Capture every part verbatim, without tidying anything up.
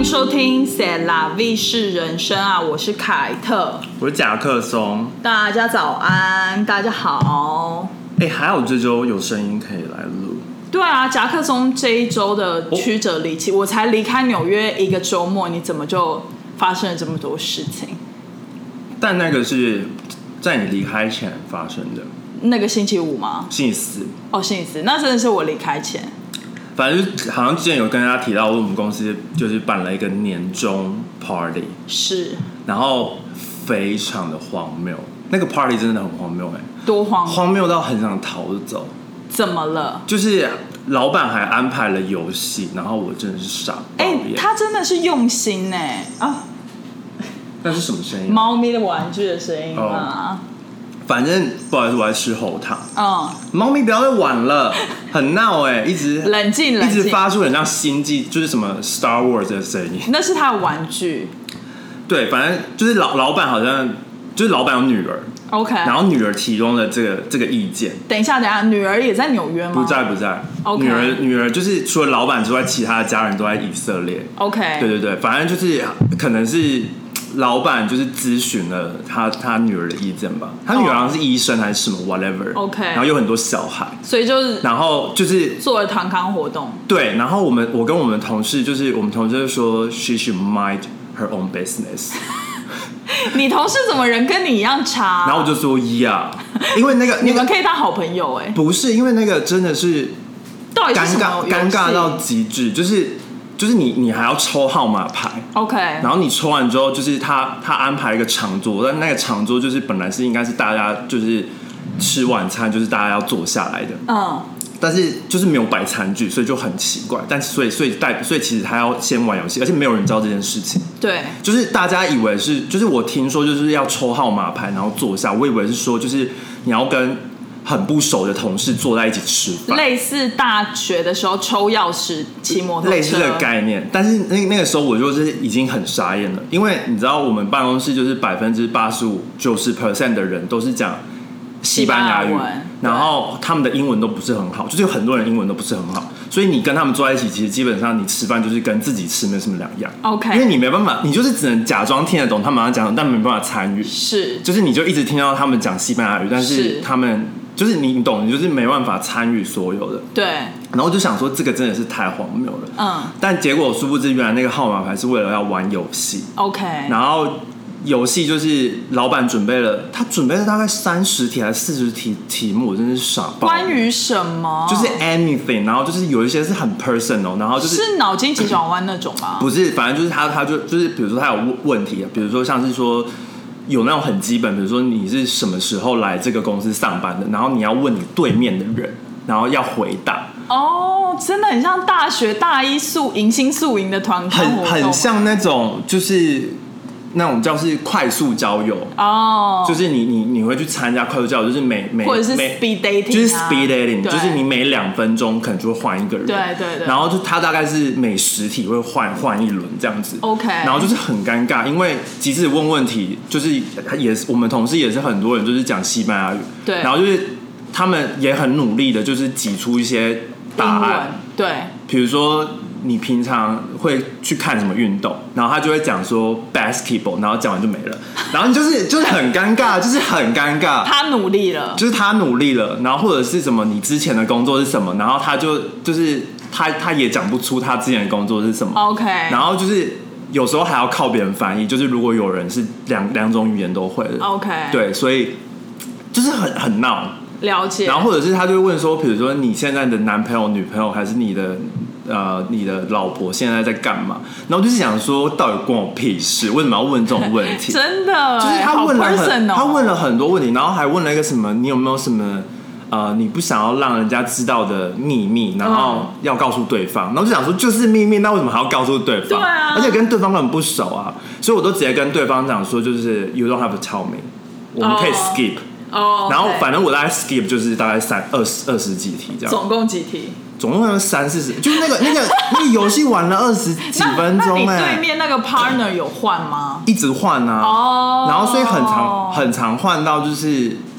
收听《C'est la vie 是人生》啊，我是凯特， 我是甲克松。 大家早安，大家好。 哎、欸，还好这周有声音可以来录。 对啊，甲克松这一周的曲折离奇、哦，我才离开纽约一个周末，你怎么就发生了这么多事情？ 但那个是在你离开前发生的。 那个星期五吗？ 星期四。 哦，星期四，那真的是我离开前。 反正就是好像之前有跟大家提到，我们公司就是办了一个年终 party， 是， 然后非常的荒谬，那个 party 真的很荒谬哎、欸， 多荒谬， 荒谬到很想逃着走。 怎么了？ 就是老板还安排了游戏，然后我真的是傻爆眼。 哎、欸，他真的是用心哎、欸、啊！ 那是什么声音？ 猫咪的玩具的声音吗？哦， 反正不好意思，我在吃喉糖。 嗯， 猫咪不要再玩了，很闹哎、欸，一直冷静冷静， 一直发出很像星际，就是什么 Star Wars 的声音。 那是他的玩具。 对，反正就是老老板好像就是老板有女儿 ，OK， 然后女儿提供了这个这个意见。 等一下，等一下，女儿也在纽约吗？ 不在不在。 OK， 女儿女儿就是除了老板之外，其他的家人都在以色列。 OK， 对对对，反正就是可能是。老板就是咨询了他他女儿的意见吧，他女儿好像是医生还是什么 whatever，OK， 然后有很多小孩， 所以就是然后就是做了团康活动。对， 然后我们我跟我们同事就是我们同事就说 she should mind her own business 你同事怎么人跟你一样差？ 然后我就说 yeah， 因为那个你们可以当好朋友哎、欸， 不是因为那个真的是到底是尴尬尴尬到极致，就是。就是你，你还要抽号码牌 ，OK， 然后你抽完之后，就是他他安排一个长桌，但那个长桌就是本来是应该是大家就是吃晚餐，就是大家要坐下来的， 嗯， 但是就是没有摆餐具，所以就很奇怪。但所以所以代所以其实他要先玩游戏，而且没有人知道这件事情。 对， 就是大家以为是，就是我听说就是要抽号码牌，然后坐下，我以为是说就是你要跟。很不熟的同事坐在一起吃饭， 类似大学的时候抽钥匙骑摩托车， 类似的概念。但是那那个时候我就是已经很傻眼了，因为你知道我们办公室就是百分之八十五、九十 percent 的人都是讲西班牙语，然后他们的英文都不是很好，就是有很多人英文都不是很好，所以你跟他们坐在一起，其实基本上你吃饭就是跟自己吃没什么两样。 OK， 因为你没办法，你就是只能假装听得懂他们要讲什么，但没办法参与。 是， 就是你就一直听到他们讲西班牙语，但是他们。就是你懂，你就是没办法参与所有的。 对。 然后就想说，这个真的是太荒谬了。 嗯。 但结果殊不知，原来那个号码牌是为了要玩游戏。 OK。 然后游戏就是老板准备了，他准备了大概三十题还是四十题题目，我真是傻爆。 关于什么？就是 anything， 然后就是有一些是很 personal， 然后就是是脑筋急转弯那种吗？ 不是，反正就是他他就就是比如说他有问题，比如说像是说。有那种很基本，比如说你是什么时候来这个公司上班的，然后你要问你对面的人，然后要回答。 哦，真的很像大学大一宿迎新宿营的团康活动， 很很像那种就是那种叫是快速交友哦， 就是你你你会去参加快速交友，就是每每或者是 speed dating， 就是 speed dating， 就是你每两分钟可能就会换一个人， 对对对， 然后就他大概是每十题会换换一轮这样子 ，OK， 然后就是很尴尬，因为即使问问题，就是也是我们同事也是很多人就是讲西班牙语， 对， 然后就是他们也很努力的，就是挤出一些答案， 对， 比如说。你平常会去看什么运动？然后他就会讲说 basketball， 然后讲完就没了。然后就是就是很尴尬，就是很尴尬。 他努力了， 就是他努力了，然后或者是什么你之前的工作是什么，然后他就就是他他也讲不出他之前的工作是什么。 OK， 然后就是有时候还要靠别人翻译，就是如果有人是两两种语言都会的 ，OK， 对，所以就是很很闹。 了解。 然后或者是他就会问说，比如说你现在的男朋友、女朋友还是你的。呃，你的老婆现在在干嘛？然后我就是想说，到底关我屁事？为什么要问这种问题？ 真的， 就是他问了很， 哦、 他问了很多问题，然后还问了一个什么？你有没有什么呃，你不想要让人家知道的秘密？然后要告诉对方。然后就想说，就是秘密，那为什么还要告诉对方？ 对啊， 而且跟对方根本不熟啊，所以我都直接跟对方讲说，就是 you don't have to tell me， 我们可以 skip。 哦， 然后反正我大概 skip 就是大概三二十二十几题这样。 总共几题？ 总共有三四十，就是那个那个那个游戏玩了二十几分钟哎、 欸。那你对面那个 partner 有换吗？ 一直换啊，哦，然后所以很常很常换到就是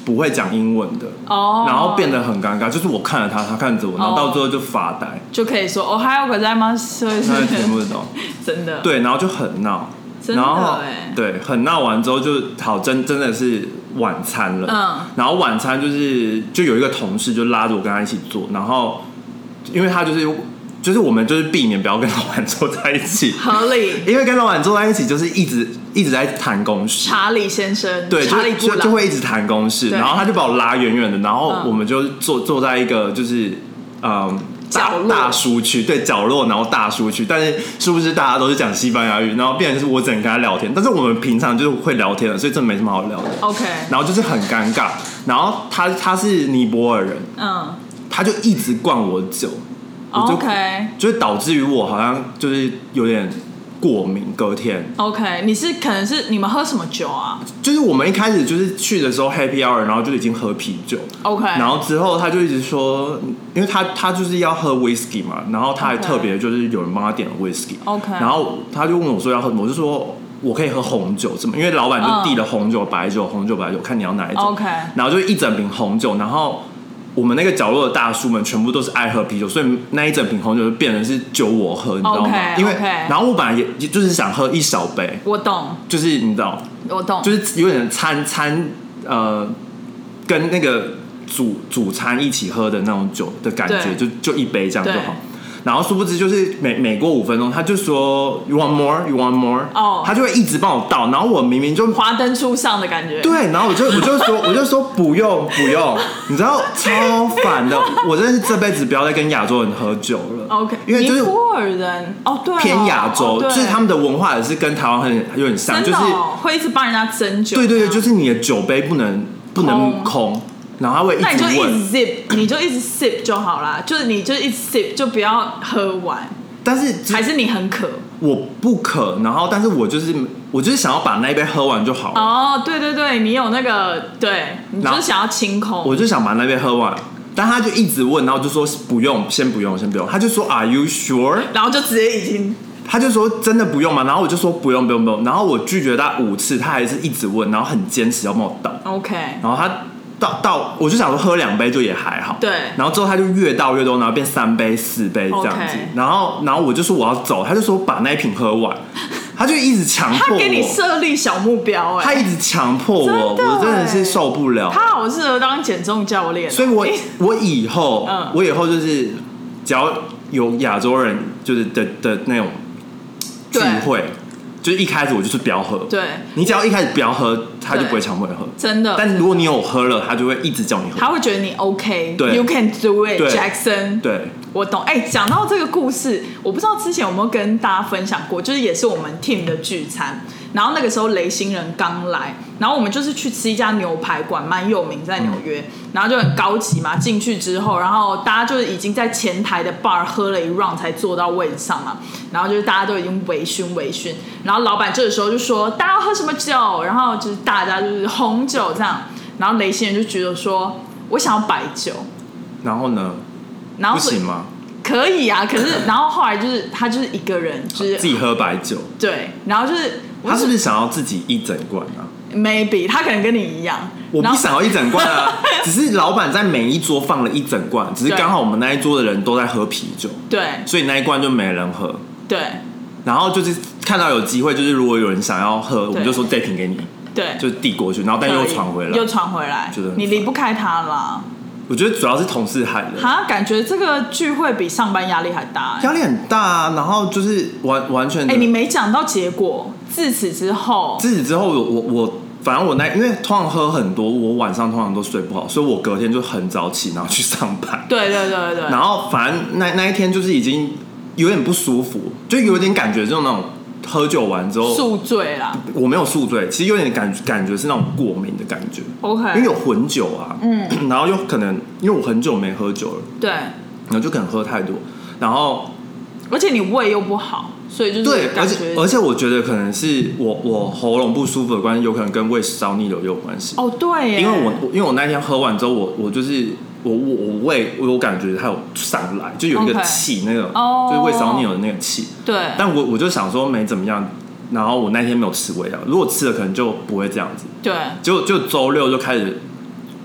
不会讲英文的，哦，然后变得很尴尬，就是我看着他，他看着我，然后到最后就发呆， 就可以说哦还有个在吗？ 那听不懂， 真的， 对，然后就很闹。然后对，很闹完之后就好，真真的是晚餐了。嗯，然后晚餐就是就有一个同事就拉着我跟他一起坐，然后因为他就是就是我们就是避免不要跟老板坐在一起， 合理， 因为跟老板坐在一起就是一直一直在谈公事。 查理先生， 对， 查理就就会一直谈公事，然后他就把我拉远远的，然后我们就坐坐在一个就是嗯。 角落大叔区，对，角落，然后大叔区，但是是不是大家都是讲西班牙语，然后变成是我只能跟他聊天，但是我们平常就是会聊天的，所以真的没什么好聊的。 OK， 然后就是很尴尬，然后他他是尼泊尔人，嗯，他就一直灌我酒，我就 OK， 就是导致于我好像就是有点过敏，隔天。 OK， 你是可能是你们喝什么酒啊？ 就是我们一开始就是去的时候 Happy Hour， 然后就已经喝啤酒。OK， 然后之后他就一直说，因为他他就是要喝 whisky 嘛，然后他还特别就是有人帮他点了 whisky。OK， 然后他就问我说要喝什么，我就说我可以喝红酒，什么？因为老板就递了红酒、白酒、红酒、白酒，看你要哪一种。 OK， 然后就一整瓶红酒，然后。我们那个角落的大叔们全部都是爱喝啤酒，所以那一整瓶红酒就变成是酒我喝，你知道吗？ okay, 因为 okay. 然后我本来也就是想喝一小杯， 我懂， 就是你知道， 我懂， 就是有点餐餐呃跟那个主主餐一起喝的那种酒的感觉，就就一杯这样就好。然后殊不知就是每每过五分钟，他就说 You want more, You want more， 哦，他就会一直帮我倒，然后我明明就华灯初上的感觉， 对，然后我就我就说我就说不用不用，你知道超烦的，我真的是这辈子不要再跟亚洲人喝酒了。 OK， 因为就是尼泊尔人哦，对， 偏亚洲，就是他们的文化也是跟台湾很有点像，就是会一直帮人家斟酒， 对对对，就是你的酒杯不能不能空。然后他会一直问， 那你就一直 sip， 你就一直 sip 就好啦，就是你就一直 sip， 就不要喝完。 但是还是你很渴？ 我不渴，然后但是我就是我就是想要把那一杯喝完就好了。 哦，对对对，你有那个，对，你就是想要清空。 我就想把那杯喝完，但他就一直问，然后就说不用，先不用，先不用。他就说 Are you sure？ 然后就直接已经。 他就说真的不用吗？然后我就说不用不用不用。然后我拒绝他五次，他还是一直问，然后很坚持要帮我倒。 OK， 然后他。到到，我就想说喝两杯就也还好， 对。 然后之后他就越倒越多，然后变三杯、四杯这样子。Okay. 然后，然后我就说我要走，他就说把那一瓶喝完，他就一直强迫我。 他给你设立小目标，哎， 他一直强迫我，我真的是受不了。 他好适合当减重教练， 所以我我以后，嗯、我以后就是只要有亚洲人就是的的那种聚会。就是一开始我就是不要喝， 对， 你只要一开始不要喝，他就不会强迫你喝， 真的。 但如果你有喝了，他就会一直叫你喝， 他会觉得你 OK， 对 ，You can do it， Jackson。 对， 我懂。哎、欸，讲到这个故事，我不知道之前有没有跟大家分享过，就是也是我们 team 的聚餐，然后那个时候雷星人刚来，然后我们就是去吃一家牛排馆，蛮有名，在纽约，嗯、然后就很高级嘛。进去之后，然后大家就已经在前台的 bar 喝了一 round 才坐到位置上嘛，然后就是大家都已经微醺微醺，然后老板这个时候就说大家要喝什么酒，然后就是大家就是红酒这样，然后雷星人就觉得说我想要白酒， 然后呢？ 然后不行吗？ 可以啊，可是然后后来就是他就是一个人就是自己喝白酒， 对，然后就是他是不是想要自己一整罐啊 ？Maybe 他可能跟你一样， 我不想要一整罐啊，只是老板在每一桌放了一整罐，只是刚好我们那一桌的人都在喝啤酒， 对， 所以那一罐就没人喝， 对。 然后就是看到有机会，就是如果有人想要喝，我们就说这瓶给你， 对， 就递过去，然后但又传回来， 又传回来，你离不开他啦。 我觉得主要是同事害的， 哈，感觉这个聚会比上班压力还大， 压力很大啊。然后就是完完全， 哎、欸，你没讲到结果。自此之后， 自此之后我，我我反正我那因为通常喝很多，我晚上通常都睡不好，所以我隔天就很早起，然后去上班。 对对对对。 然后反正那那一天就是已经有点不舒服，就有点感觉这种那种。喝酒完之后宿醉啦， 我没有宿醉，其实有点感感觉是那种过敏的感觉。 OK， 因为有混酒啊，嗯，然后又可能因为我很久没喝酒了， 对， 然后就可能喝太多，然后而且你胃又不好，所以就是对，而且而且我觉得可能是我我喉咙不舒服的关系，有可能跟胃食道逆流也有关系。 哦，对耶， 因为我因为我那天喝完之后，我我就是。我我我胃我有感觉它有上来，就有一个气， Okay. 那个、oh. 就是胃食道逆流的那个气。对。但我我就想说没怎么样，然后我那天没有吃胃药，如果吃了可能就不会这样子。对。结果就周六就开始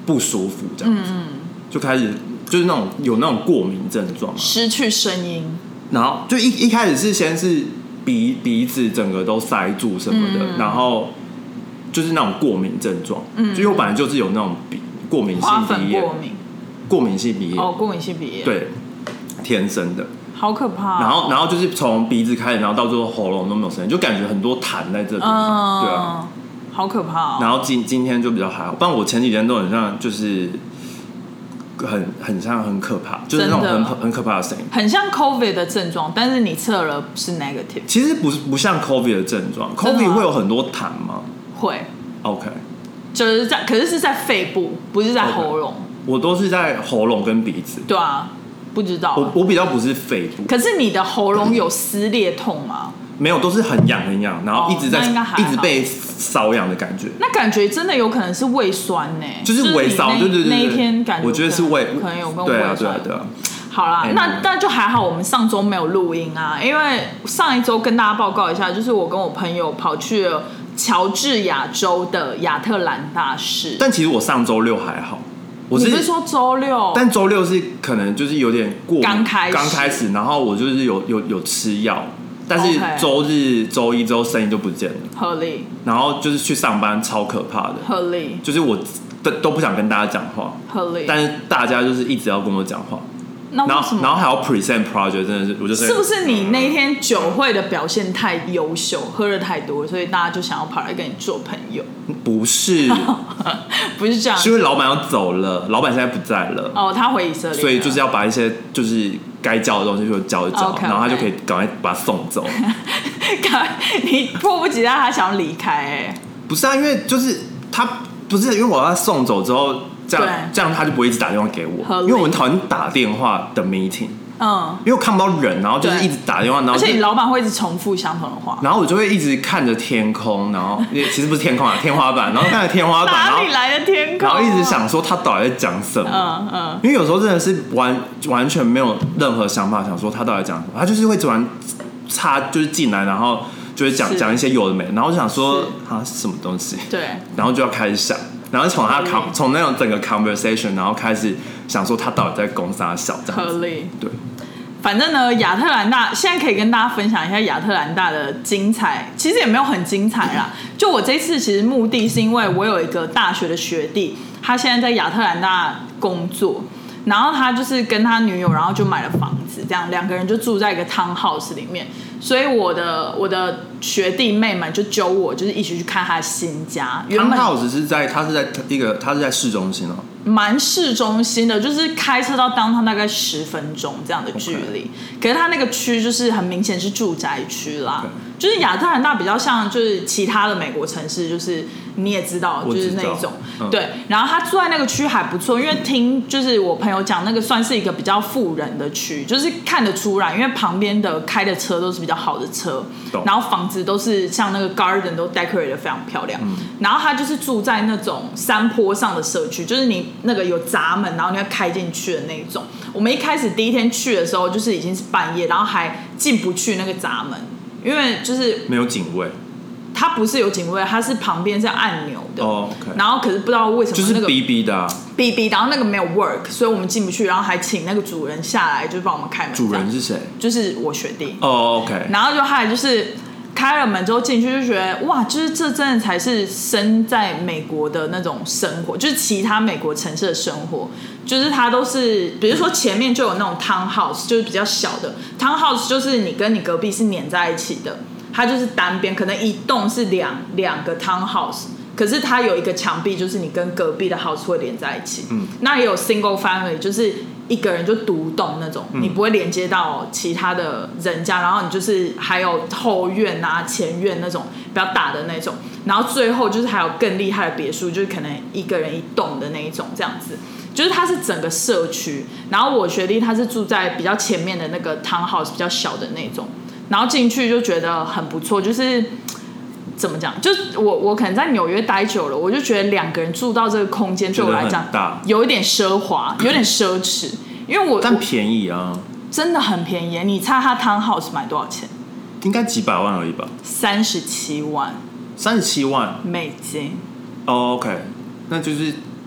不舒服这样子，嗯、就开始就是那种有那种过敏症状， 失去声音， 然后就一一开始是先是鼻鼻子整个都塞住什么的，嗯、然后就是那种过敏症状，嗯，就我本来就是有那种鼻过敏性鼻炎，过敏过敏性鼻炎哦，过敏性鼻炎， 对，天生的。 好可怕、哦！ 然后，然后就是从鼻子开始，然后到最后喉咙都没有声音，就感觉很多痰在这里。嗯，对啊， 好可怕、哦。 然后今今天就比较还好，不然我前几天都很像，就是很很像很可怕，就是那种很很可怕的声音， 很像 COVID 的症状，但是你测了是 negative。 其实不不像 COVID 的症状 ，COVID 会有很多痰吗？ 会。 OK， 就是在，可是是在肺部，不是在喉咙。Okay. 我都是在喉咙跟鼻子。 对啊。不知道、啊， 我我比较不是肺部。 可是你的喉咙有撕裂痛吗？ 没有，都是很痒很痒，然后一直在、哦、一直被瘙痒的感觉。 那感觉真的有可能是胃酸呢、欸， 就是胃痠，对对对， 那一天感觉我觉得是胃， 可能有跟胃酸。 对啊对啊对啊。 好啦， anyway. 那那就还好，我们上周没有录音啊，因为上一周跟大家报告一下，就是我跟我朋友跑去了乔治亚州的亚特兰大市。 但其实我上周六还好。我是你不是说周六？ 但周六是可能就是有点过刚开始， 刚开始，然后我就是有有有吃药，但是周日、周一、周生意就不见了， 合理。 然后就是去上班，超可怕的， 合理。 就是我都都不想跟大家讲话， 合理。 但是大家就是一直要跟我讲话。 那为什么？ 然后还要 present project， 真的是，我就是是不是你那天酒会的表现太优秀，喝了太多，所以大家就想要跑来跟你做朋友？ 不是， 不是这样， 是因为老板要走了，老板现在不在了， 哦，他回以色列了， 所以就是要把一些就是该交的东西就交一交， okay, okay. 然后他就可以赶快把他送走。 你迫不及待，他想离开哎、欸？ 不是啊，因为就是他不是因为我要他送走之后。这样, 这样他就不会一直打电话给我，因为我很讨厌打电话的 meeting， 嗯，因为我看不到人，然后就是一直打电话，然后而且你老板会一直重复相同的话， 然后我就会一直看着天空，然后其实不是天空啊，天花板，然后看着天花板， 哪里来的天空？ 然后一直想说他到底在讲什么，嗯嗯，因为有时候真的是完完全没有任何想法，想说他到底讲什么，他就是会突然插就是进来，然后就会讲讲一些有的没的，然后我就想说啊是什么东西， 对，然后就要开始想。然后从他从那种整个 conversation， 然后开始想说他到底在攻啥小这样子， 合理。 对， 反正呢，亚特兰大现在可以跟大家分享一下亚特兰大的精彩，其实也没有很精彩啦。就我这次其实目的是因为我有一个大学的学弟，他现在在亚特兰大工作，然后他就是跟他女友，然后就买了房子，这样两个人就住在一个 townhouse 里面。所以我的我的学弟妹们就揪我，就是一起去看他的新家。 townhouse 是在他是在一个他是在市中心哦， 蛮市中心的，就是开车到当趟大概十分钟这样的距离。Okay. 可是他那个区就是很明显是住宅区啦。Okay. 就是亚特兰大比较像就是其他的美国城市，就是你也知道，就是那种、嗯、对。然后他住在那个区还不错，因为听就是我朋友讲，那个算是一个比较富人的区，就是看得出来，因为旁边的开的车都是比较好的车，然后房子都是像那个 garden 都 decorate 得非常漂亮。嗯、然后他就是住在那种山坡上的社区，就是你那个有闸门，然后你要开进去的那种。我们一开始第一天去的时候，就是已经是半夜，然后还进不去那个闸门。因为就是没有警卫， 它不是有警卫，它是旁边是按钮的。 哦、oh, okay. 然后可是不知道为什么就是哔哔的、啊， 哔哔，然后那个没有 work， 所以我们进不去，然后还请那个主人下来，就帮我们开门。 主人是谁？ 就是我学弟。 哦、oh, OK。 然后就后来就是开了门之后进去，就觉得哇，就是这真的才是生在美国的那种生活，就是其他美国城市的生活。就是它都是，比如说前面就有那种 townhouse， 就是比较小的 townhouse， 就是你跟你隔壁是黏在一起的，它就是单边，可能一栋是两两个 townhouse， 可是它有一个墙壁，就是你跟隔壁的 house 会连在一起。嗯，那也有 single family， 就是一个人就独栋那种、嗯，你不会连接到其他的人家，然后你就是还有后院啊、前院那种比较大的那种，然后最后就是还有更厉害的别墅，就是可能一个人一栋的那一种这样子。就是它是整个社区，然后我学弟他是住在比较前面的那个 townhouse 比较小的那种，然后进去就觉得很不错，就是怎么讲，就是我我可能在纽约待久了，我就觉得两个人住到这个空间对我来讲有一点奢华，有点奢侈，因为我但便宜啊， 真的很便宜。你猜他 townhouse 买多少钱？ 应该几百万而已吧？ 三十七万， 三十七万美金。 哦、oh, ，OK， 那就是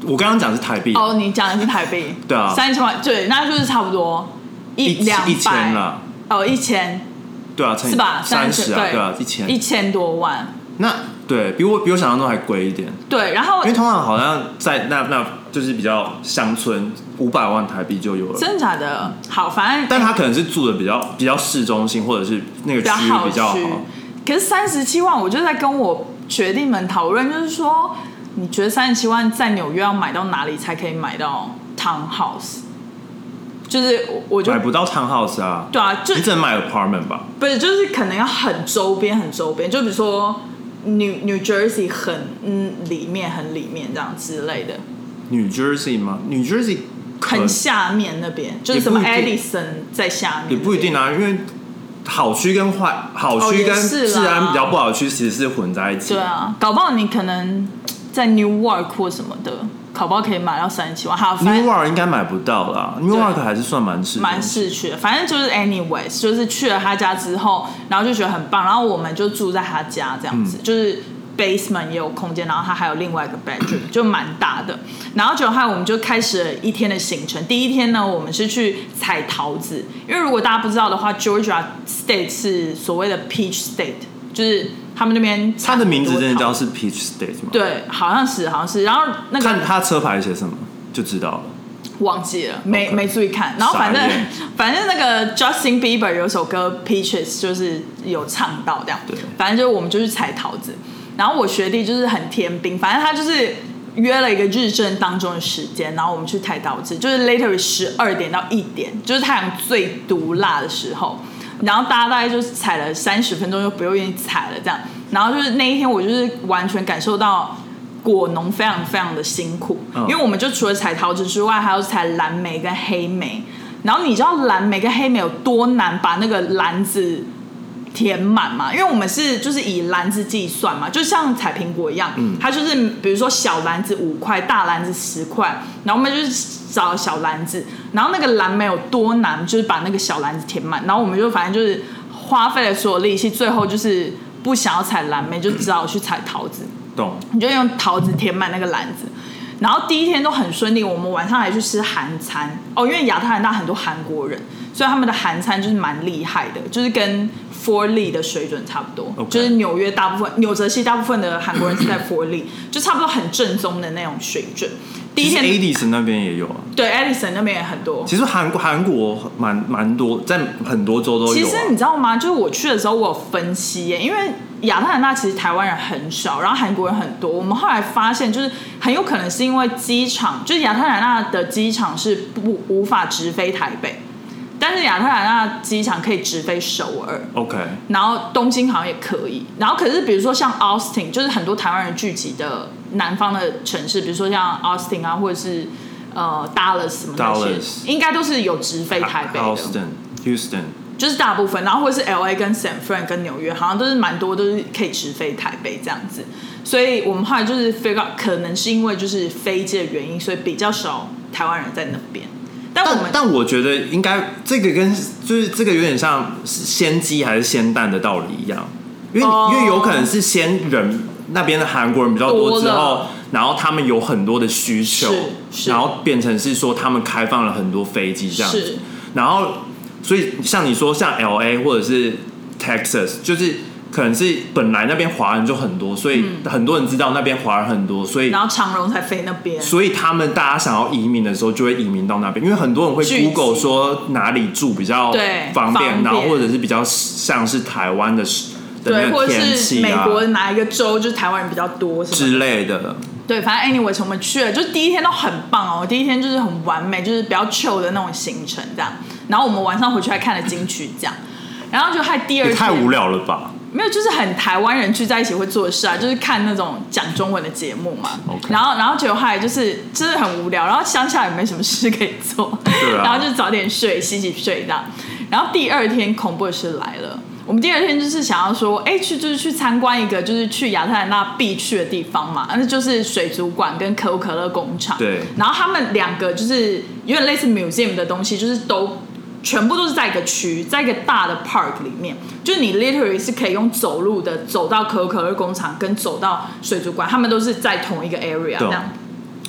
我刚刚讲是台币哦，你讲的是台币， 对啊， 三千万，对，那就是差不多一两百一千啦， 哦，一千， 对啊， 是吧？ 三十啊，对啊，一千一千多万， 那对比我比我想象中还贵一点， 对，然后因为通常好像在那那就是比较乡村，五百万台币就有了， 真的假的？好，反正但他可能是住的比较比较市中心，或者是那个区域比较好。 可是三十七万，我就在跟我学弟们讨论，就是说，你觉得三十七万在纽约要买到哪里才可以买到 townhouse？ 就是我就买不到 townhouse 啊， 对啊，就你只能买 apartment 吧？ 不是，就是可能要很周边，很周边，就比如说 New New Jersey 很嗯里面，很里面这样之类的。 New Jersey 吗 ？New Jersey 很下面那边，就是什么 Edison 在下面， 也不一定啊，因为好区跟坏好区跟治安比较不好的区其实是混在一起。 对啊，搞不好你可能在 Newark 或什么的，搞不好可以买到三十七万。好 ，Newark 应该买不到啦 ，Newark 还是算蛮市蛮市区的。反正就是 anyways， 就是去了他家之后，然后就觉得很棒，然后我们就住在他家这样子，嗯、就是。basement 也有空间，然后它还有另外一个 bedroom， 就蛮大的。然后就后来我们就开始了一天的行程。第一天呢，我们是去采桃子，因为如果大家不知道的话 ，Georgia State 是所谓的 Peach State， 就是他们那边它的名字真的叫是 Peach State 吗？ 对，好像是，好像是。然后那个看它车牌写什么就知道了。 忘记了，没、okay. 没注意看。然后反正反正那个 Justin Bieber 有首歌 Peaches 就是有唱到这样。对，反正就我们就去采桃子。然后我学弟就是很天兵，反正他就是约了一个日正当中的时间，然后我们去采桃子，就是 later 十二点到一点，就是太阳最毒辣的时候。然后大家大概就是采了三十分钟就不用愿意采了这样。然后就是那一天我就是完全感受到果农非常非常的辛苦，嗯、因为我们就除了采桃子之外，还有采蓝莓跟黑莓。然后你知道蓝莓跟黑莓有多难把那个篮子填满嘛？因为我们是就是以篮子计算嘛，就像采苹果一样，嗯、它就是比如说小篮子五块，大篮子十块，然后我们就是找小篮子，然后那个蓝莓有多难，就是把那个小篮子填满，然后我们就反正就是花费了所有力气，最后就是不想要采蓝莓，就只好去采桃子。 懂？ 你就用桃子填满那个篮子。然后第一天都很顺利，我们晚上还去吃韩餐哦，因为亚特兰大很多韩国人，所以他们的韩餐就是蛮厉害的，就是跟 Fort Lee 的水准差不多， okay. 就是纽约大部分、纽泽西大部分的韩国人是在 Fort Lee， 就差不多很正宗的那种水准。第一天 Edison 那边也有啊， 对 Edison 那边也很多。 其实韩国韩国蛮蛮多，在很多州都有、啊。 其实你知道吗？就是我去的时候，我有分析耶，因为亚特兰大其实台湾人很少，然后韩国人很多。我们后来发现，就是很有可能是因为机场，就是亚特兰大的机场是不无法直飞台北，但是亚特兰大机场可以直飞首尔 ，OK， 然后东京好像也可以。然后可是比如说像 Austin， 就是很多台湾人聚集的南方的城市，比如说像 Austin 啊，或者是呃 Dallas 什么那些，应该都是有直飞台北的。 Austin、Houston。 就是大部分，然后或者是 L A 跟 San Fran 跟纽约，好像都是蛮多，都是可以直飞台北这样子。所以我们后来就是 figure out， 可能是因为就是飞机的原因，所以比较少台湾人在那边。但我们但, 但我觉得应该这个跟就是这个有点像先鸡还是先蛋的道理一样，因为、哦、因为有可能是先人那边的韩国人比较多之后，然后他们有很多的需求，然后变成是说他们开放了很多飞机这样子，然后。所以像你说，像 L A 或者是 Texas， 就是可能是本来那边华人就很多，所以很多人知道那边华人很多，所以然后长荣才飞那边， 所以他们大家想要移民的时候就会移民到那边，因为很多人会 Google 说哪里住比较方便，然后或者是比较像是台湾的的那个天气啊， 或者是美国哪一个州就是台湾人比较多之类的。 对，反正 anyways 我们去了，就第一天都很棒哦，第一天就是很完美，就是比较 chill 的那种行程这样。然后我们晚上回去还看了金曲奖，然后就还第二天也太无聊了吧？ 没有，就是很台湾人聚在一起会做的事啊，就是看那种讲中文的节目嘛。 Okay. 然后，然后结果后来就是真的很无聊，然后乡下也没什么事可以做， 对啊、 然后就早点睡，洗洗睡这样。然后第二天恐怖的事来了。我们第二天就是想要说，哎，去就是去参观一个就是去亚特兰大必去的地方嘛，那就是水族馆跟可口可乐工厂。 对。 然后他们两个就是有点类似 museum 的东西，就是都全部都是在一个区，在一个大的 park 里面，就是你 literally 是可以用走路的走到可口可乐工厂跟走到水族馆，他们都是在同一个 area 这样。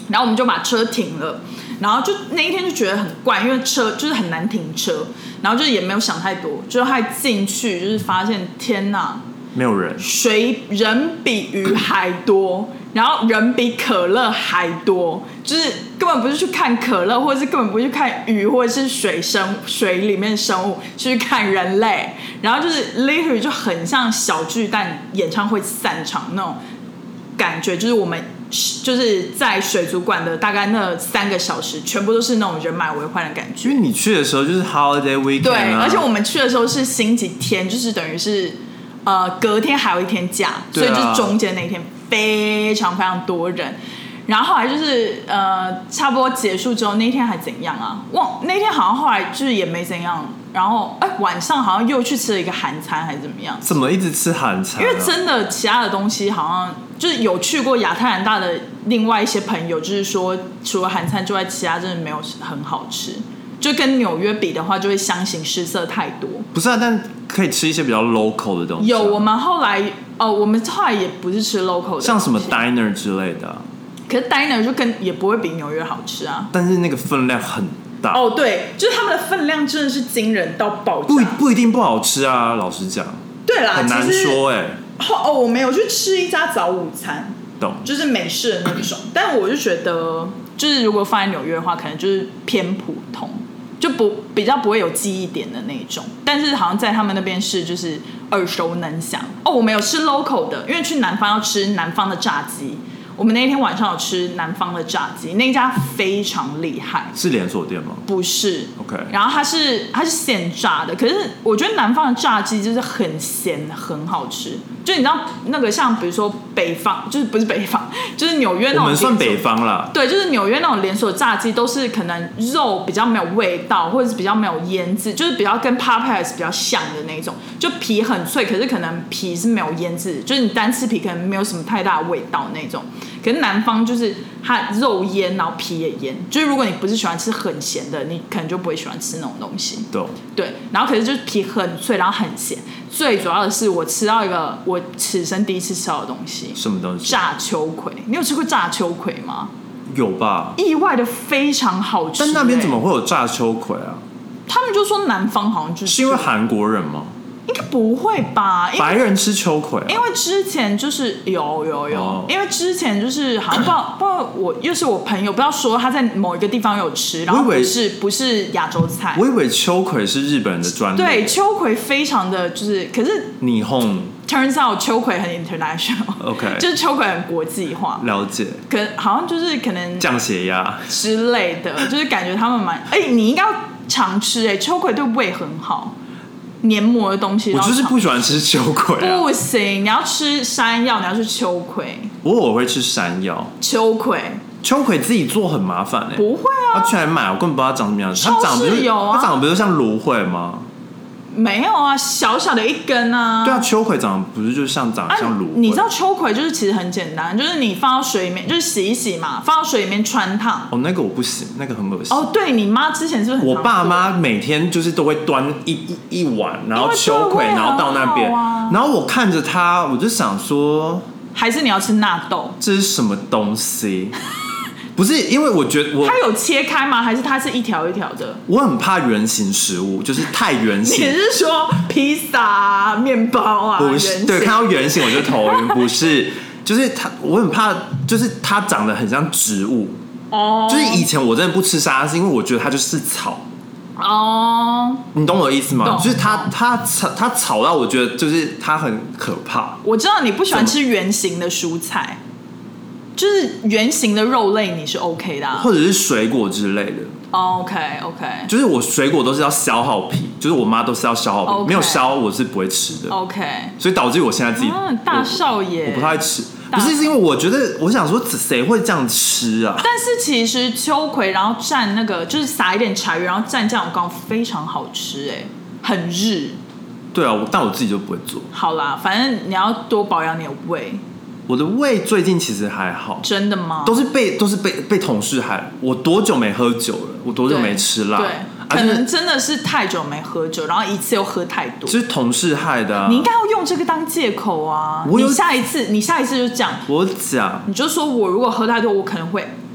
然后我们就把车停了，然后就那一天就觉得很怪，因为车就是很难停车，然后就也没有想太多，就还进去就是发现天哪， 没有人， 水人比鱼还多，然后人比可乐还多，就是根本不是去看可乐，或者是根本不是去看鱼，或者是水生水里面的生物，是去看人类。然后就是 literally 就很像小巨蛋演唱会散场那种感觉，就是我们就是在水族馆的大概那三个小时，全部都是那种人满为患的感觉。 因为你去的时候就是 holiday weekend，、啊、 对，而且我们去的时候是星期天，就是等于是呃隔天还有一天假，所以就是中间那一天非常非常多人。然后后来就是呃差不多结束之后，那天还怎样啊？忘那天好像后来就是也没怎样。然后哎，晚上好像又去吃了一个韩餐，还是怎么样？ 怎么一直吃韩餐、啊？ 因为真的其他的东西好像就是有去过亚特兰大的另外一些朋友，就是说除了韩餐之外，其他真的没有很好吃。就跟纽约比的话，就会相形失色太多。 不是啊，但可以吃一些比较 local 的东西、啊。 有，我们后来哦，我们后来也不是吃 local 的， 像什么 diner 之类的、啊。 可是 diner 就跟也不会比纽约好吃啊。 但是那个分量很大。 哦，对，就是他们的分量真的是惊人到爆炸。 不不一定不好吃啊，老实讲。 对啦， 很难说哎、欸。 哦，我们有去吃一家早午餐， 懂， 就是美式的那种。但我就觉得，就是如果放在纽约的话，可能就是偏普通。就不比较不会有记忆点的那种，但是好像在他们那边是就是耳熟能详哦。我们有吃 local 的，因为去南方要吃南方的炸鸡，我们那一天晚上有吃南方的炸鸡，那一家非常厉害。 是连锁店吗？ 不是 ，OK。 然后它是它是现炸的，可是我觉得南方的炸鸡就是很咸，很好吃。就你知道那个像比如说北方，就是不是北方，就是纽约那种， 我们算北方啦。 对，就是纽约那种连锁炸鸡都是可能肉比较没有味道，或者是比较没有腌制，就是比较跟 Popeyes 比较像的那种，就皮很脆，可是可能皮是没有腌制，就是你单吃皮可能没有什么太大的味道那种。可是南方就是它肉腌，然后皮也腌，就是如果你不是喜欢吃很咸的，你可能就不会喜欢吃那种东西。 对， 对，然后可是就是皮很脆，然后很咸。最主要的是我吃到一个我此生第一次吃到的东西。 什么东西？炸秋葵。你有吃过炸秋葵吗？ 有吧。 意外的非常好吃、欸。 但那边怎么会有炸秋葵啊？ 他们就说南方好像就是。 是因为韩国人吗？ 应该不会吧？ 白人吃秋葵、啊？ 因为之前就是有有有、哦，因为之前就是好像不知道不知道我又是我朋友，不知道说他在某一个地方有吃，然后不是不是亚洲菜。 我以为秋葵是日本人的专利。 对，秋葵非常的就是，可是霓虹 turns out 秋葵很 international，OK， 就是秋葵很国际化。 了解。 可好像就是可能降血压之类的，就是感觉他们蛮哎、欸，你应该要常吃哎、欸，秋葵对胃很好。黏膜的东西， 我就是不喜欢吃秋葵、啊。 不行，你要吃山药，你要吃秋葵。 我我会吃山药。 秋葵， 秋葵自己做很麻烦哎、欸。 不会啊， 要去哪买？我根本不知道它长什么样子。它长不是有啊， 它长得不是像芦荟吗？ 没有啊，小小的一根啊。 对啊，秋葵长得不是就是像长得像芦荟、啊？ 你知道秋葵就是其实很简单，就是你放到水里面，就是洗一洗嘛，放到水里面穿烫。 哦，那个我不行，那个很恶心。 哦，对你妈之前是不是很常做？ 我爸妈每天就是都会端一一一碗，然后秋葵，然后到那边， 啊、 然后我看着它，我就想说， 还是你要吃纳豆？ 这是什么东西？不是，因为我觉得我它有切开吗？还是它是一条一条的？ 我很怕圆形食物，就是太圆形。 你是说披萨啊、面包啊？ 不是，对，看到圆形我就头晕。不是，就是它，我很怕，就是它长得很像植物。哦，就是以前我真的不吃沙拉，是因为我觉得它就是草。哦，你懂我的意思吗？就是它它炒它炒到我觉得就是它很可怕。 我知道你不喜欢吃圆形的蔬菜。就是圆形的肉类你是 OK 的、啊， 或者是水果之类的。 Oh, OK OK， 就是我水果都是要削好皮，就是我妈都是要削好皮， okay. 没有削我是不会吃的。 OK， 所以导致我现在自己、 啊、大少爷， 我不太吃。不是，是因为我觉得我想说谁会这样吃啊？ 但是其实秋葵然后蘸那个就是撒一点柴鱼，然后蘸酱油膏非常好吃哎、欸，很日。 对啊，但我自己就不会做。 好啦，反正你要多保养你的胃。 我的胃最近其实还好。 真的吗？ 都是被都是被被同事害。我多久没喝酒了？我多久没吃辣？ 对，可能真的是太久没喝酒，然后一次又喝太多。 是同事害的、啊。 你应该要用这个当借口啊！你下一次，你下一次就讲， 我讲， 你就说我如果喝太多，我可能会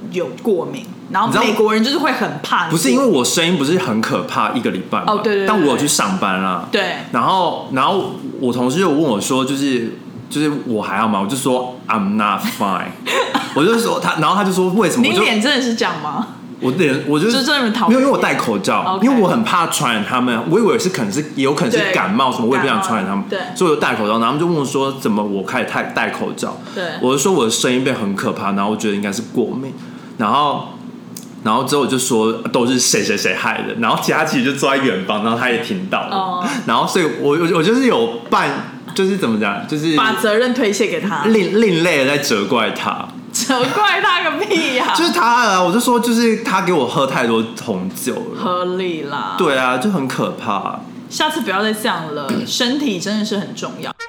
有过敏，然后美国人就是会很怕。 不是因为我声音不是很可怕一个礼拜吗？ 哦，对 对, 对， 但我有去上班啦。 对， 然后然后我同事就问我说，就是就是我还好吗？我就说 I'm not fine 。我就说他，然后他就说为什么？ 你脸真的是这样吗？ 我脸我就就真的讨厌， 没有，因为我戴口罩， okay. 因为我很怕传染他们。我以为是可能是也有可能是感冒什么，我也不想传染他们， 对， 所以我就戴口罩。然后他们就问我说，怎么我开始戴戴口罩？ 对， 我就说我的声音变很可怕，然后我觉得应该是过敏。然后然后之后我就说都是谁谁谁害的。然后佳琪就坐在远方，然后他也听到了。哦、然后所以我我我就是有扮，就是怎么讲，就是把责任推卸给他， 另另类的在责怪他。 责怪他个屁呀、啊！ 就是他啊，我就说，就是他给我喝太多红酒了， 合理啦。 对啊，就很可怕。 下次不要再这样了，身体真的是很重要。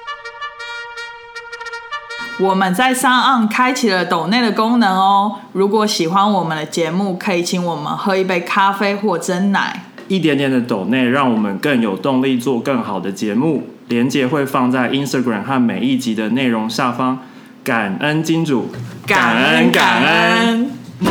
我们在SoundOn开启了抖内的功能哦。如果喜欢我们的节目，可以请我们喝一杯咖啡或珍奶。 一点点的抖内，让我们更有动力做更好的节目。连结会放在 Instagram 和每一集的内容下方。感恩金主， 感恩感恩。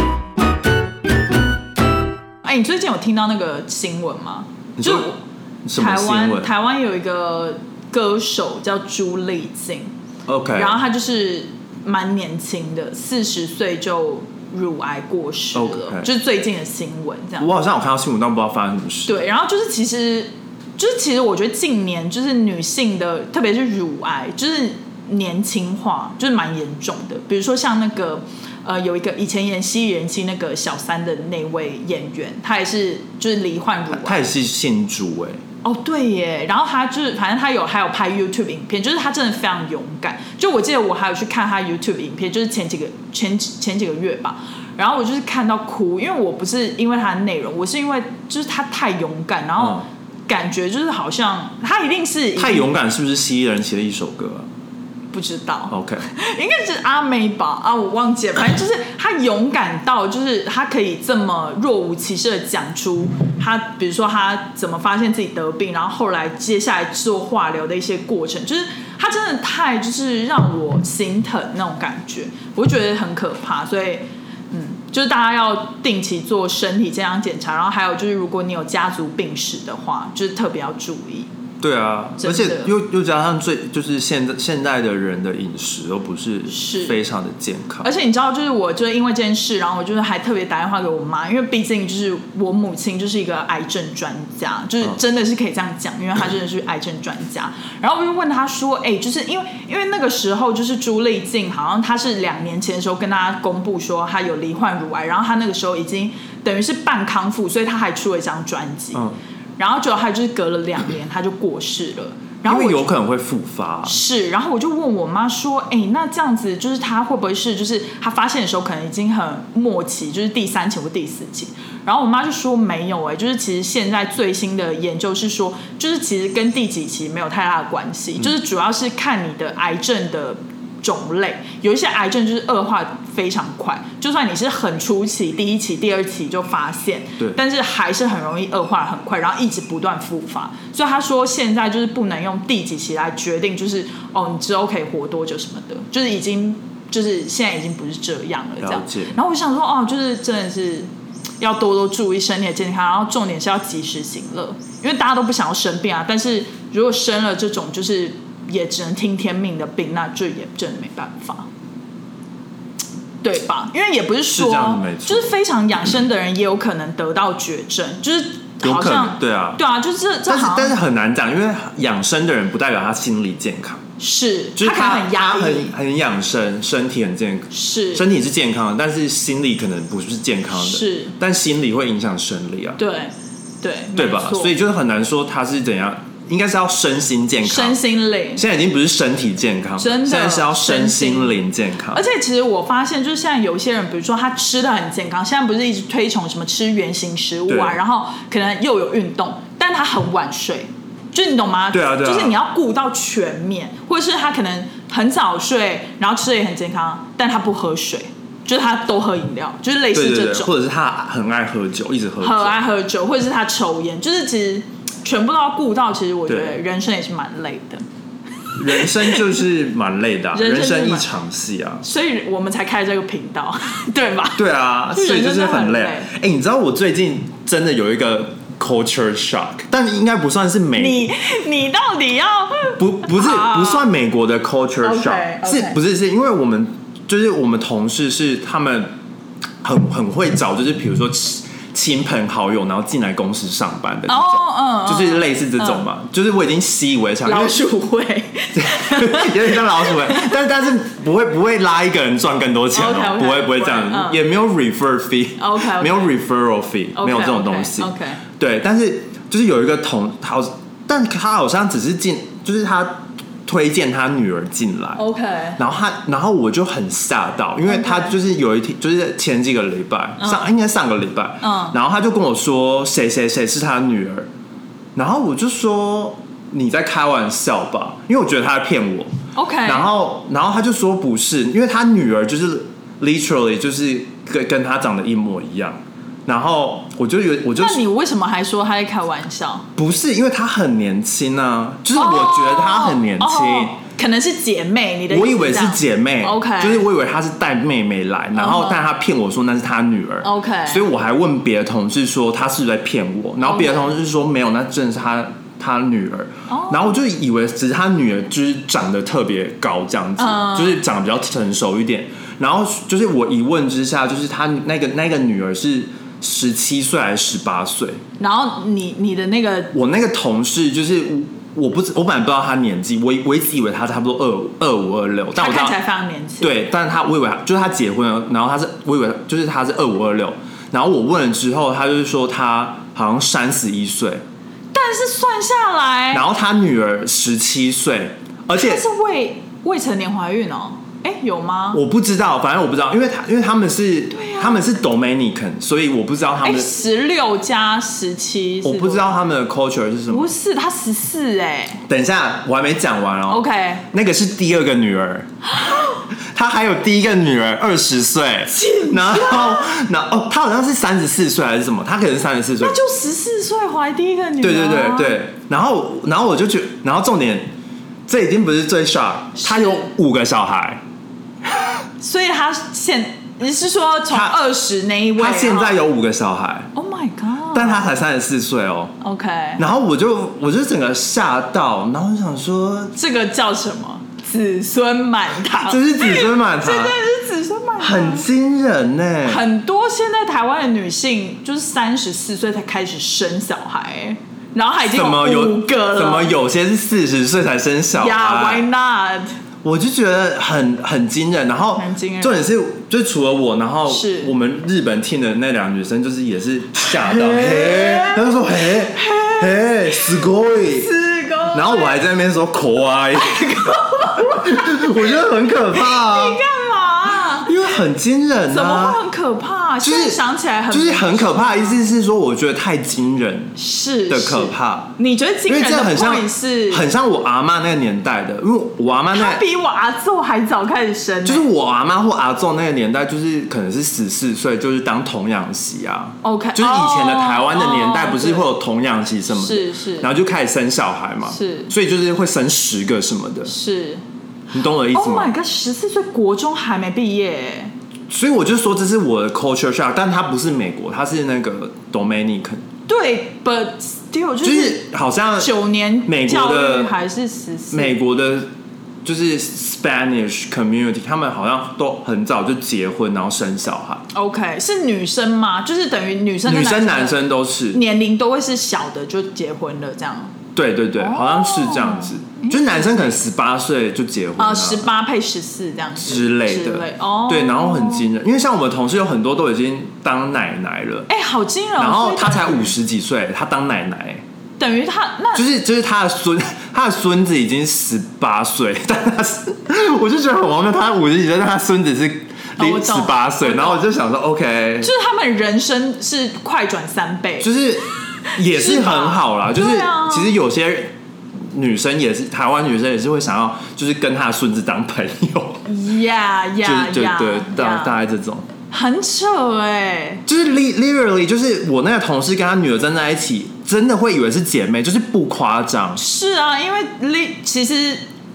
哎、欸，你最近有听到那个新闻吗？ 就台湾台湾有一个歌手叫朱丽静 ，OK， 然后他就是蛮年轻的，四十岁就乳癌过世了， okay. 就是最近的新闻这样。 我好像有看到新闻，但不知道发生什么事。 对，然后就是其实就是其实我觉得近年就是女性的，特别是乳癌，就是年轻化，就是蛮严重的。比如说像那个呃，有一个以前演《犀利人妻》那个小三的那位演员，他也是就是罹患乳癌， 他也是姓朱哎、欸。 哦，对耶，然后他就是反正他有还有拍 YouTube 影片，就是他真的非常勇敢。就我记得我还有去看他 YouTube 影片，就是前几个前前几个月吧，然后我就是看到哭，因为我不是因为他的内容，我是因为就是他太勇敢，然后感觉就是好像他一定是太勇敢，是不是蜥蜴人写的一首歌、啊？ 不知道 ，OK， 应该是阿妹吧？啊，我忘记了。反正就是他勇敢到，就是他可以这么若无其事的讲出他，比如说他怎么发现自己得病，然后后来接下来做化疗的一些过程，就是他真的太就是让我心疼那种感觉，我就觉得很可怕。所以，嗯，就是大家要定期做身体健康检查，然后还有就是如果你有家族病史的话，就是特别要注意。 对啊，而且又又加上最就是现在现在的人的饮食都不是非常的健康， 而且你知道，就是我就是因为这件事，然后我就是还特别打电话给我妈，因为毕竟就是我母亲就是一个癌症专家，就是真的是可以这样讲，因为她真的是癌症专家。然后我就问她说，哎、欸，就是因为因为那个时候就是朱丽静，好像她是两年前的时候跟大家公布说她有罹患乳癌，然后她那个时候已经等于是半康复，所以她还出了一张专辑。嗯，然后结果他就是隔了两年他就过世了，然后因为有可能会复发。 是，然后我就问我妈说，哎、欸，那这样子就是他会不会是就是他发现的时候可能已经很末期，就是第三期或第四期？然后我妈就说没有、欸，哎，就是其实现在最新的研究是说，就是其实跟第几期没有太大的关系，嗯、就是主要是看你的癌症的种类，有一些癌症就是恶化非常快，就算你是很初期第一期第二期就发现， 对， 但是还是很容易恶化很快，然后一直不断复发。所以他说现在就是不能用第几期来决定，就是哦你之后可以活多久什么的，就是已经就是现在已经不是这样了这样。然后我想说哦，就是真的是要多多注意身体的健康，然后重点是要及时行乐，因为大家都不想要生病啊，但是如果生了这种就是也只能听天命的病，那就也真的没办法，对吧？因为也不是说是就是非常养生的人也有可能得到绝症，就是好像对啊， 对啊，就是这但是但是很难讲，因为养生的人不代表他心理健康， 是， 就是他他可能很压抑， 很很养生，身体很健康， 是身体是健康的，但是心理可能不是健康的， 是， 但心理会影响生理啊， 对对对吧？所以就是很难说他是怎样。应该是要身心健康， 身心灵。 现在已经不是身体健康， 真的， 现在是要身心灵健康。 而且其实我发现，就是现在有一些人，比如说他吃的很健康，现在不是一直推崇什么吃原型食物啊，然后可能又有运动，但他很晚睡，就你懂吗？ 对啊，对啊， 就是你要顾到全面，或者是他可能很早睡，然后吃的也很健康，但他不喝水。就是他都喝饮料，就是类似这种， 对对对，或者是他很爱喝酒，一直喝酒， 很爱喝酒，或者是他抽烟，就是其实全部都要顾到。其实我觉得人生也是蛮累的。 人生就是蛮累的、啊， 人生, 人生一场戏啊， 所以我们才开这个频道，对吧？ 对啊，所以就是很累。哎、欸，你知道我最近真的有一个 culture shock， 但应该不算是美。 你你到底要不不是不算美国的 culture shock，、okay, okay. 是不是是因为我们就是我们同事是他们很很会找，就是比如说亲朋好友，然后进来公司上班的这种， oh, 嗯， 就是类似这种嘛，嗯、就是我已经习以为常， 老鼠会， 有点像老鼠会，但但是不会不会拉一个人赚更多钱哦， okay, okay, 不会不会这样，嗯、也没有 refer fee，OK，、okay, okay. 没有 referral fee，okay, 没有这种东西 ，OK，, okay. 对，但是就是有一个同好，但他好像只是进，就是他推荐他女儿进来 ，OK， 然后他，然后我就很吓到，因为他就是有一天，就是前几个礼拜，上、嗯、应该上个礼拜，嗯，然后他就跟我说谁谁谁是他女儿，然后我就说你在开玩笑吧，因为我觉得他在骗我 ，OK， 然后，然后他就说不是，因为他女儿就是 literally 就是跟跟他长得一模一样。然后我就有，我就那你为什么还说他在开玩笑？ 不是，因为他很年轻啊，就是我觉得他很年轻，哦哦、 可能是姐妹，你的意思我以为是姐妹 ，OK， 就是我以为他是带妹妹来，然后但他骗我说那是他女儿 ，OK， 所以我还问别的同事说他是不是在骗我，然后别的同事说没有，那真的是他他女儿， oh. 然后我就以为只是他女儿就是长得特别高这样子，嗯、就是长得比较成熟一点，然后就是我一问之下，就是他那个那个女儿是十七岁还是十八岁？ 然后你你的那个， 我那个同事就是我不我本来不知道他年纪，我我一直以为他差不多二二五二六，但我他看起来非常年轻。对， 但是他我以为他就是他结婚了，然后他是我以为就是他是二五二六，然后我问了之后，他就是说他好像三十一岁， 但是算下来， 然后他女儿十七岁，而且他是未未成年怀孕哦。哎，有吗？ 我不知道，反正我不知道，因为他因为他们是、啊、他们是 Dominican， 所以我不知道他们十六加十七， 我不知道他们的 culture 是什么。 不是，他十四哎。 等一下，我还没讲完哦。 OK， 那个是第二个女儿，他还有第一个女儿二十岁，然后然后哦，他好像是三十四岁还是什么？他可能是三十四岁， 那就十四岁怀第一个女儿、啊。 对对对对，然后然后我就觉得，然后重点，这已经不是最 shock， 他有五个小孩。 所以他现你是说从二十那一位， 他现在有五个小孩 ，Oh my god！ 但他才三十四岁哦。 OK， 然后我就我就整个吓到，然后我想说这个叫什么？子孙满堂， 这是子孙满堂， 真的是子孙满堂， 很惊人呢。 很多现在台湾的女性就是三十四岁才开始生小孩，然后还已经有五个了， 怎么有些是四十岁才生小孩 ？Yeah, why not？ 我就觉得很很惊人，然后重点是，就除了我，然后我们日本 team 的那两个女生，就是也是吓到，嘿，她就说嘿嘿，すごい，然后我还在那边说可愛，我觉得很可怕、啊。 你干嘛？ 因为很惊人啊！ 怎么会很可怕？就是想起来很就是很可怕。意思是说，我觉得太惊人是的可怕。 你觉得惊人的 point 是很像我阿嬷那个年代的，因为我阿嬷那他比我阿祖还早开始生、欸， 就是我阿嬷或阿祖那个年代，就是可能是十四岁，就是当童养媳啊。 OK， 就是以前的台湾的年代，不是会有童养媳什么的， 是是， 然后就开始生小孩嘛， 是， 所以就是会生十个什么的， 是。 你懂我的意思吗 ？Oh my god， 十四岁国中还没毕业， 所以我就说这是我的 culture shock， 但它不是美国，它是那个 Dominican。 对 ，but still 就是好像九年美国的还是十四， 美国的就是 Spanish community， 他们好像都很早就结婚，然后生小孩。 OK， 是女生吗？就是等于女生、 女生、男生都是年龄都会是小的就结婚了这样。 对对对， oh, 好像是这样子。就是男生可能十八岁就结婚啊， 十八配十四这样子之类的， 哦， 对，然后很惊人，因为像我们同事有很多都已经当奶奶了， 哎、欸，好惊人！ 然后他才五十几岁，他当奶奶， 等于他那就是就是他的孙，他的孙子已经十八岁，但他是，我就觉得很荒谬，他五十几岁，但他孙子是十八岁，然后我就想说 ，OK， 就是他们人生是快转三倍， 就是也是很好啦，就是、 啊、 其实有些。女生也是，台湾女生也是会想要，就是跟她的孙子当朋友。 呀呀就就对，大大概这种。 很扯哎、欸， 就是 literally， 就是我那个同事跟他女儿站在一起，真的会以为是姐妹，就是不夸张。 是啊，因为其实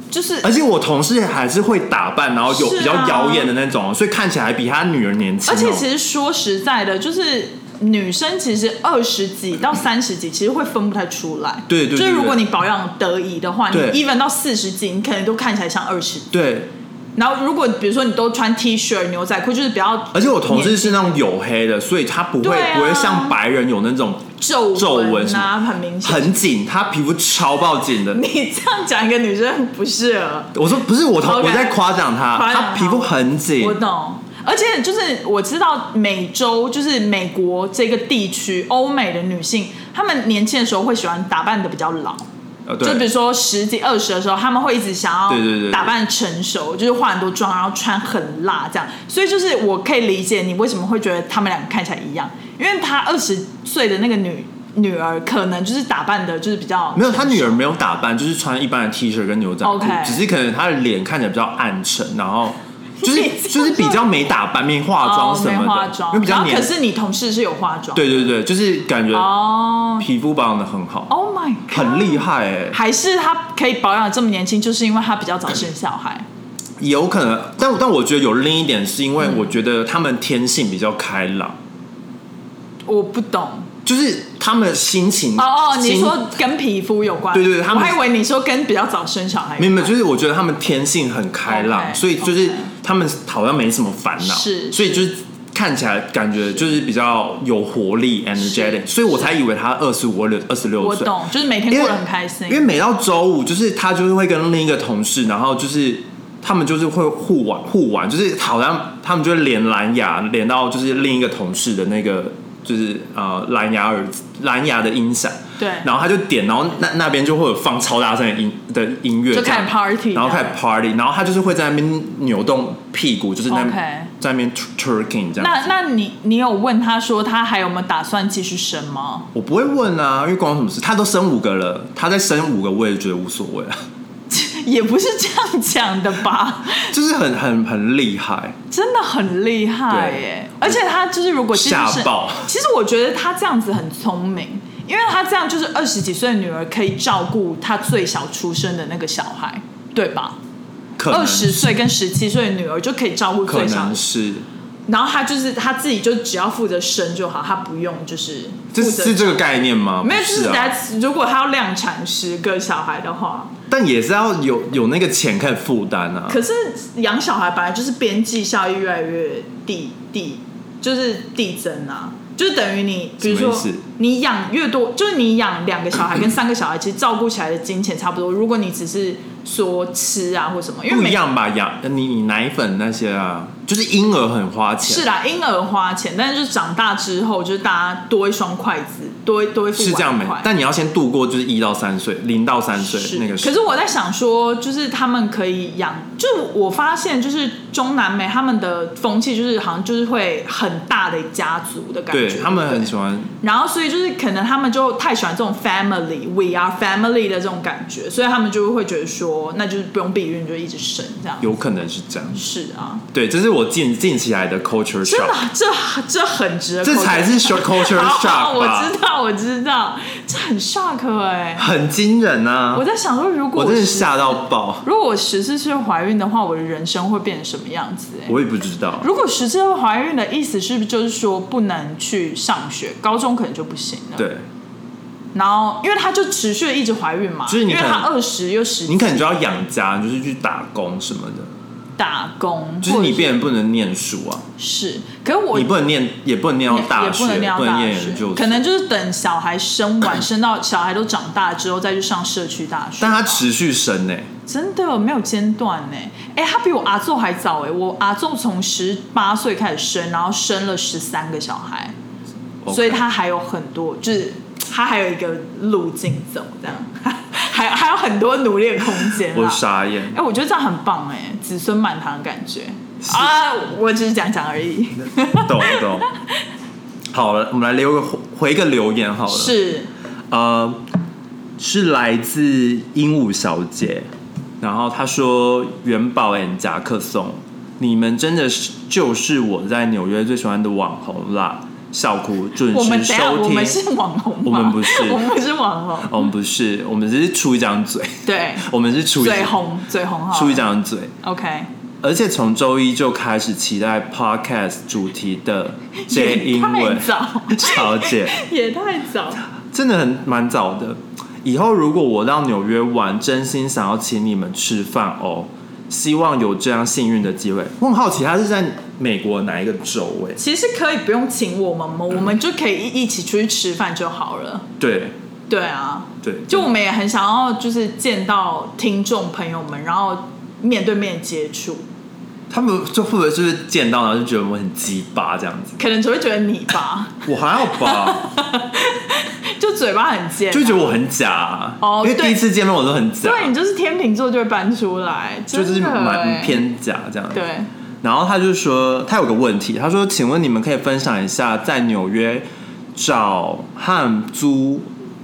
就是， 而且我同事还是会打扮，然后有比较妖艳的那种，啊、所以看起来比他女儿年轻、哦。 而且其实说实在的，就是女生其实二十几到三十几，其实会分不太出来。 对 对, 对, 对， 就是如果你保养得宜的话，你 even 到四十几，你可能都看起来像二十几。 对。 然后，如果比如说你都穿 T 恤、牛仔裤，就是比较…… 而且我同事是那种黝黑的，所以他不会、啊、不会像白人有那种皱纹啊，很明显， 很紧，他皮肤超爆紧的。 你这样讲一个女生很不适合。 我说不是我同、okay, 我在夸奖他， 他皮肤很紧。 我懂，而且就是我知道美洲，就是美国这个地区，欧美的女性，她们年轻的时候会喜欢打扮的比较老。就比如说十几二十的时候，他们会一直想要打扮成熟，就是化很多妆，然后穿很辣这样。所以就是我可以理解你为什么会觉得他们两个看起来一样，因为他二十岁的那个女女儿可能就是打扮的，就是比较没有，他女儿没有打扮，就是穿一般的 T 恤跟牛仔裤， okay. 只是可能她的脸看起来比较暗沉，然后就是就是比较没打扮、没化妆什么的， 哦、没化妆。 因为比较年。 可是你同事是有化妆， 对对对，就是感觉皮肤保养的很好。 Oh my god， 很厉害哎、欸！ 还是他可以保养这么年轻，就是因为他比较早生小孩。 有可能，但但我觉得有另一点是因为我觉得他们天性比较开朗。 嗯、我不懂。 就是他们心情哦哦，你说跟皮肤有关？ 对对对，他们我还以为你说跟比较早生小孩有关。 没有没有，就是我觉得他们天性很开朗， okay, 所以就是他们好像没什么烦恼， 是， 所以就是看起来感觉就是比较有活力 ，energetic， 所以我才以为他二十五、二十六岁。 我懂，就是每天过得很开心。 因为, 因为每到周五，就是他就是会跟另一个同事，然后就是他们就是会互玩互玩，就是好像他们就会连蓝牙连到就是另一个同事的那个。就是呃蓝牙耳蓝牙的音响， 对， 然后他就点，然后那那边就会有放超大声的音的音乐， 就开始 party， 然后开始 party， 然后他就是会在那边扭动屁股，就是在、 okay. 在那边 twerking 这样。 那那你你有问他说他还有没有打算继续生吗？ 我不会问啊，因为关我什么事？他都生五个了，他再生五个我也觉得无所谓啊。 也不是这样讲的吧， 就是很很很厉害， 真的很厉害耶！而且他就是如果吓爆， 其实我觉得他这样子很聪明，因为他这样就是二十几岁的女儿可以照顾他最小出生的那个小孩，对吧？二十岁跟十七岁的女儿就可以照顾最小的， 可能是。 然后他就是他自己就只要负责生就好，他不用就是这是这个概念吗？ 没有，就是、 啊、 如果他要量产十个小孩的话， 但也是要有有那个钱可以负担啊。 可是养小孩本来就是边际效益越来越递递，就是递增啊。就是等于你，比如说你养越多，就是你养两个小孩跟三个小孩，其实照顾起来的金钱差不多。如果你只是说吃啊或什么，因为不一样吧，养你你奶粉那些啊，就是婴儿很花钱。 是啦，婴儿花钱，但是就是长大之后，就是大家多一双筷子，多多一副碗筷。是这样没？ 但你要先度过就是一到三岁，零到三岁那个时候。 可是我在想说，就是他们可以养，就是我发现就是中南美他们的风气，就是好像就是会很大的家族的感觉。 对，他们很喜欢， 然后所以就是可能他们就太喜欢这种 family we are family 的这种感觉，所以他们就会觉得说那就是不用避孕就一直生这样。 有可能是这样。 是啊， 对，这是我近近期来的 culture shock。 真的，这这很值得， 这才是 culture shock 吧。 我知道我知道，这很 shock 哎、欸， 很惊人啊。 我在想说，如果 我, 我真的吓到爆， 如果我十四岁怀孕的话，我的人生会变成什么样子、欸、 我也不知道。 如果十四岁怀孕的意思是不是就是说不能去上学，高中可能就不行了？ 对。 然后，因为他就持续的一直怀孕嘛， 就是你因为他二十又十， 你可能就要养家，就是去打工什么的。 打工， 就是你变成不能念书啊。 是，可是我你不能念，也不能念到大学， 也不能念到大学，可能就是等小孩生完，生到小孩都长大之后再去上社区大学。 但他持续生呢、欸， 真的没有间断呢、欸。哎、欸，他比我阿祖还早哎、欸，我阿祖从十八岁开始生，然后生了十三个小孩， okay. 所以他还有很多，就是他还有一个路径走，这样。还还有很多努力的空间， 我傻眼。 哎、欸，我觉得这样很棒哎、欸，子孙满堂的感觉啊！我只是讲讲而已。 懂懂。好了，我们来留个回一个留言好了。 是， 呃，是来自鹦鹉小姐，然后她说：“元宝 and 夹克松，你们真的是就是我在纽约最喜欢的网红啦。” 小苦准我们时收听。 我们是网红吗？ 我们不是， 我们不是网红， 我们不是，我们只是出一张嘴。 对， 我们是出嘴红，嘴红好， 出一张嘴。 OK。 而且从周一就开始期待 Podcast 主题的 J 英文小姐， 也太早， 真的很蛮早的。以后如果我到纽约玩，真心想要请你们吃饭哦。希望有这样幸运的机会。我很好奇，他是在美国哪一个州？哎， 其实可以不用请我们吗？我们就可以一起出去吃饭就好了。 对， 对啊， 对， 就我们也很想要，就是见到听众朋友们，然后面对面接触。 他们就会不会就是见到然后就觉得我们很鸡巴这样子？ 可能只会觉得你吧， 我还好吧， 就嘴巴很贱、啊， 就觉得我很假、啊。 哦， 因为第一次见面我都很假。 对，你就是天秤座就会搬出来， 就是蛮偏假这样。 对。 然后他就说，他有个问题，他说：“请问你们可以分享一下在纽约找和租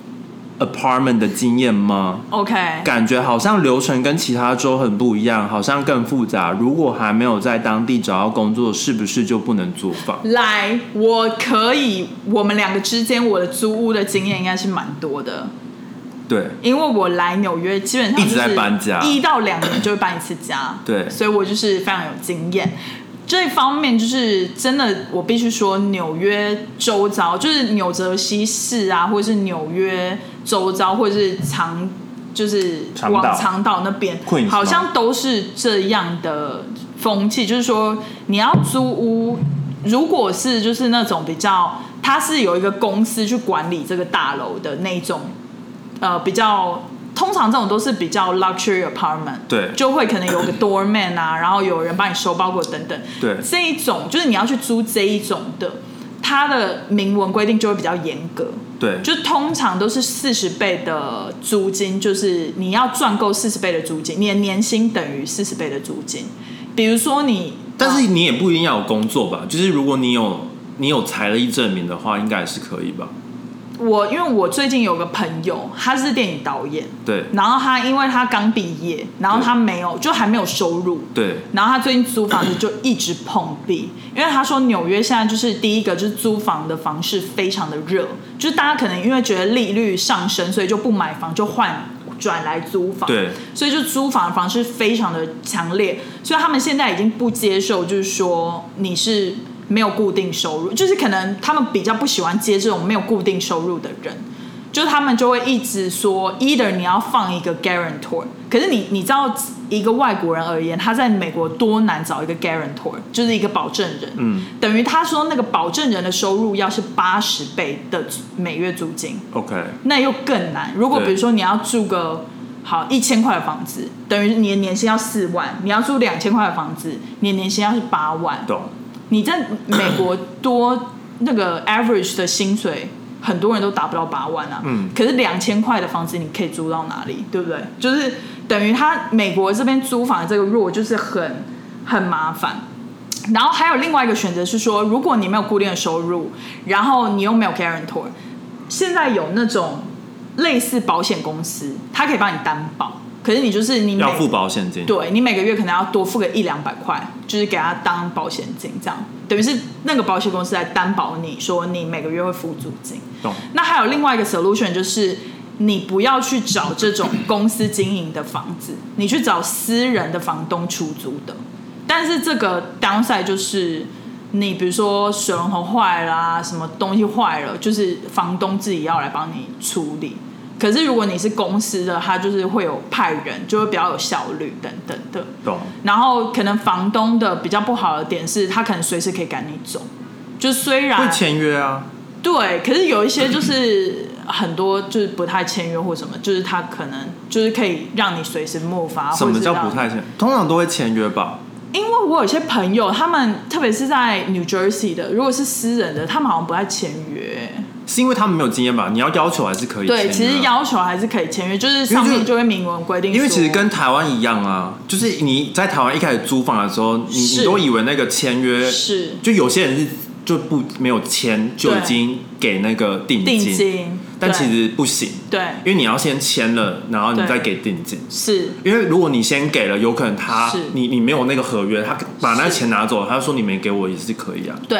apartment 的经验吗 ？OK， 感觉好像流程跟其他州很不一样，好像更复杂。如果还没有在当地找到工作，是不是就不能租房？” 来，我可以，我们两个之间我的租屋的经验应该是蛮多的。 对， 因为我来纽约基本上一直在搬家， 一到两年就会搬一次家。 对， 所以我就是非常有经验。这方面就是真的，我必须说，纽约周遭就是纽泽西市啊，或者是纽约周遭，或者是长就是往长岛那边，好像都是这样的风气。就是说，你要租屋，如果是就是那种比较，它是有一个公司去管理这个大楼的那种，呃，比较。通常这种都是比较 luxury apartment， 对， 就会可能有个 doorman 啊，然后有人帮你收包裹等等， 对， 这一种就是你要去租这一种的，它的明文规定就会比较严格， 对， 就通常都是四十倍的租金，就是你要赚够四十倍的租金，你的年薪等于四十倍的租金。比如说你， 但是你也不一定要有工作吧？就是如果你有你有财力证明的话，应该也是可以吧？ 我因为我最近有个朋友，他是电影导演， 对， 然后他因为他刚毕业，然后他没有就还没有收入， 对， 然后他最近租房子就一直碰壁，因为他说纽约现在就是第一个就是租房的房市非常的热，就是大家可能因为觉得利率上升，所以就不买房就换转来租房， 对， 所以就租房的房市非常的强烈，所以他们现在已经不接受，就是说你是。没有固定收入，就是可能他们比较不喜欢接这种没有固定收入的人，就他们就会一直说 either 你要放一个 guarantor， 可是你你知道一个外国人而言，他在美国多难找一个 guarantor， 就是一个保证人，嗯，等于他说那个保证人的收入要是八十倍的每月租金 ，OK， 那又更难。如果比如说你要住个好一千块的房子，等于你的年薪要四万，你要住两千块的房子，你的年薪要是八万， 懂。 你在美国多那个 average 的薪水，很多人都达不到八万啊。嗯。可是两千块的房子你可以租到哪里？对不对？就是等于他美国这边租房的这个弱就是很很麻烦。然后还有另外一个选择是说，如果你没有固定的收入，然后你又没有 guarantor， 现在有那种类似保险公司，它可以帮你担保。可是你就是你要付保险金， 对你每个月可能要多付个一两百块，就是给他当保险金，这样等于是那个保险公司来担保你说你每个月会付租金。 懂。那还有另外一个 solution 就是你不要去找这种公司经营的房子，你去找私人的房东出租的。但是这个 downside 就是你比如说水龙头坏了啊，什么东西坏了，就是房东自己要来帮你处理。可是如果你是公司的，他就是会有派人，就会比较有效率等等的。 懂。 然后可能房东的比较不好的点是，他可能随时可以赶你走。就虽然会签约啊， 对，可是有一些就是很多就是不太签约或什么，就是他可能就是可以让你随时 move 啊。 什么叫不太签？通常都会签约吧。 因为我有些朋友，他们特别是在 New Jersey 的，如果是私人的，他们好像不爱签约。 是因为他们没有经验吧？你要要求还是可以签约、啊？ 对，其实要求还是可以签约，就是上面就会明文规定。 因为其实跟台湾一样啊，就是你在台湾一开始租房的时候，你你都以为那个签约是， 就有些人是就不没有签就已经给那个定金， 定金， 但其实不行。 对， 因为你要先签了，然后你再给定金。 是， 因为如果你先给了，有可能他你你没有那个合约，他把那个钱拿走，他说你没给我也是可以啊。 对。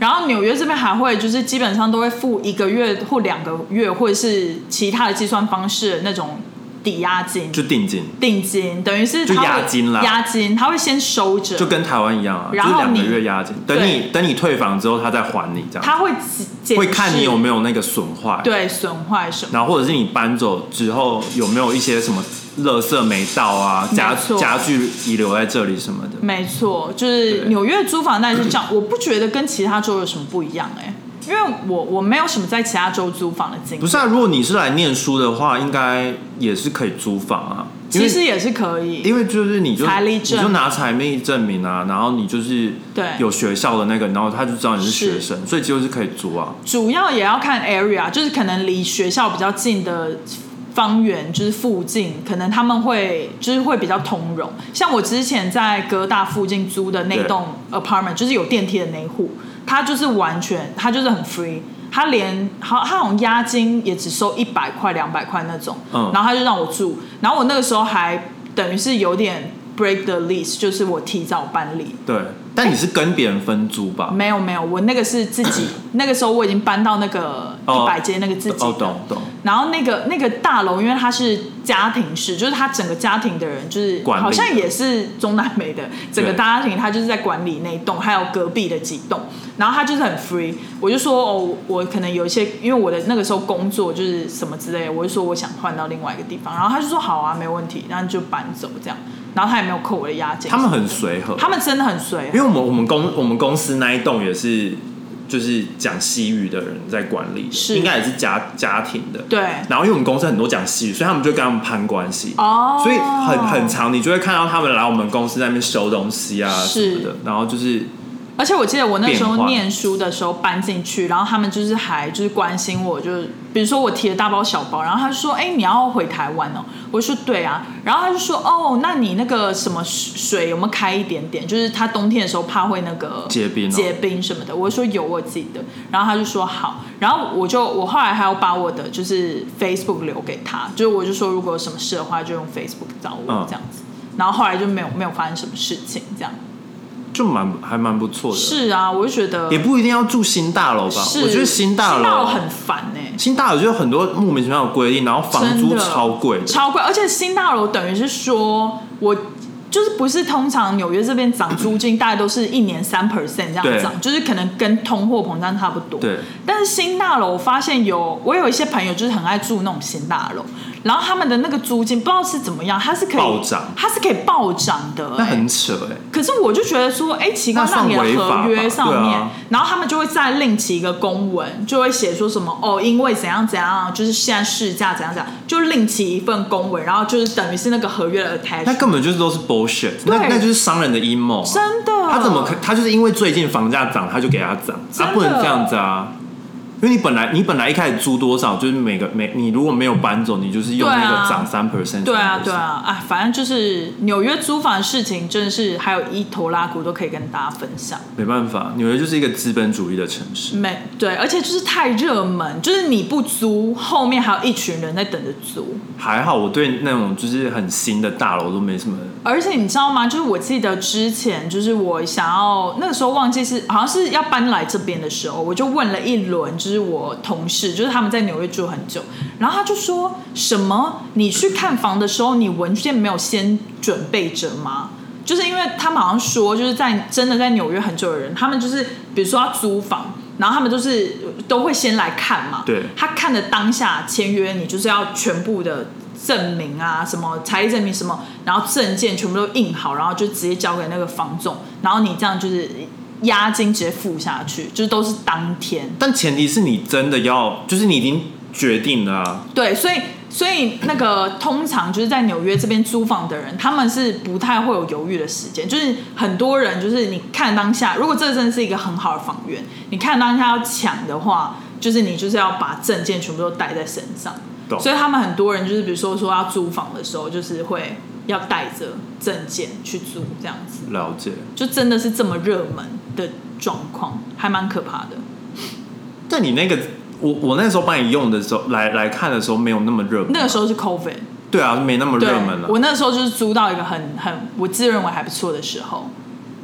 然后纽约这边还会就是基本上都会付一个月或两个月，或者是其他的计算方式的那种抵押金， 就定金， 定金等于是就押金啦， 押金他会先收着， 就跟台湾一样啊， 然后就是两个月押金，等你等你退房之后，他再还你这样。 他会会看你有没有那个损坏， 对损坏什么， 然后或者是你搬走之后有没有一些什么垃圾没到啊，家家具遗留在这里什么的。 没错，就是纽约租房大概是这样，我不觉得跟其他州有什么不一样哎、欸。因为我我没有什么在其他州租房的经验。 不是啊，如果你是来念书的话，应该也是可以租房啊。 其实也是可以， 因为就是你就财力证， 你就拿财力证明啊，然后你就是有学校的那个，然后他就知道你是学生，所以就是可以租啊。 主要也要看 area， 就是可能离学校比较近的方圆，就是附近，可能他们会就是会比较通融。像我之前在哥大附近租的那栋 apartment， 就是有电梯的那一户。他就是完全，他就是很 free， 他连他他好像押金也只收一百块、两百块那种，嗯，然后他就让我住，然后我那个时候还等于是有点 break the lease， 就是我提早搬离。 对，但你是跟别人分租吧？ 没有没有，我那个是自己，那个时候我已经搬到那个一百街那个自己的， 哦懂懂。 然后那个那个大楼，因为它是家庭式，就是他整个家庭的人，就是好像也是中南美的整个大家庭，他就是在管理那一栋，还有隔壁的几栋。然后他就是很 free， 我就说哦，我可能有一些，因为我的那个时候工作就是什么之类的，我就说我想换到另外一个地方，然后他就说好啊，没问题，然后就搬走这样。然后他也没有扣我的押金。 他们很随和， 他们真的很随和。 因为我们我们公我们公司那一栋也是，就是讲西语的人在管理的，是应该也是家家庭的。 对。 然后因为我们公司很多讲西语，所以他们就跟他们攀关系。 哦。 所以很很常，你就会看到他们来我们公司在那边收东西啊什么的，然后就是。 而且我记得我那时候念书的时候搬进去，然后他们就是还就是关心我，就是比如说我提了大包小包，然后他就说：“哎、欸，你要回台湾哦？”我就说：“对啊。”然后他就说：“哦，那你那个什么水有没有开一点点？就是他冬天的时候怕会那个结冰、哦、 结冰什么的。”我就说：“有，我记得。”然后他就说：“好。”然后我就我后来还要把我的就是 Facebook 留给他，就是我就说如果有什么事的话就用 Facebook 找我这样子。嗯、然后后来就没有没有发生什么事情这样。 就蛮还蛮不错的。 是啊，我就觉得也不一定要住新大楼吧。我觉得新大楼新大楼很烦哎、欸。 新大楼就有很多莫名其妙的规定，然后房租超贵的， 超贵。而且新大楼等于是说，我就是不是通常纽约这边涨租金大概都是一年三 percent 这样涨，就是可能跟通货膨胀差不多。 对。 但是新大楼我发现有，我有一些朋友就是很爱住那种新大楼。然后他们的那个租金不知道是怎么样，它是可以暴涨， 它是可以暴涨的、欸， 那很扯哎、欸。 可是我就觉得说，哎，奇怪，那你的合约上面，啊、然后他们就会再另起一个公文，就会写说什么哦，因为怎样怎样，就是现在市价怎样怎样，就另起一份公文，然后就是等于是那个合约的 attachment。 那根本就是都是 bullshit， 那那就是商人的阴谋、啊。 真的， 他怎么他就是因为最近房价涨，他就给他涨，他、啊、不能这样子啊。因为你本来你本来一开始租多少，就是每个每你如果没有搬走，你就是用那个涨三 percent。 对啊对啊，啊，反正就是纽约租房的事情，真的是还有一头拉骨都可以跟大家分享。 没办法，纽约就是一个资本主义的城市。 没对，而且就是太热门，就是你不租，后面还有一群人在等着租。 还好我对那种就是很新的大楼都没什么。 而且你知道吗？就是我记得之前，就是我想要那个时候忘记是好像是要搬来这边的时候，我就问了一轮，就是我同事，就是他们在纽约住很久，然后他就说什么你去看房的时候，你文件没有先准备着吗？就是因为他们好像说，就是在真的在纽约很久的人，他们就是比如说要租房，然后他们都是都会先来看嘛。 对， 他看的当下签约，你就是要全部的证明啊，什么财力证明什么，然后证件全部都印好，然后就直接交给那个房仲，然后你这样就是押金直接付下去，就是都是当天。 但前提是你真的要，就是你已经决定了啊。 对，所以所以那个通常就是在纽约这边租房的人，他们是不太会有犹豫的时间，就是很多人就是你看当下，如果这真的是一个很好的房源，你看当下要抢的话，就是你就是要把证件全部都带在身上。所以他们很多人就是比如说说要租房的时候，就是会要带着证件去租这样子。 了解， 就真的是这么热门的状况，还蛮可怕的。 但你那个我我那时候帮你用的时候来来看的时候没有那么热门， 那个时候是 COVID。 对啊，没那么热门了。 我那时候就是租到一个很很我自认为还不错的时候。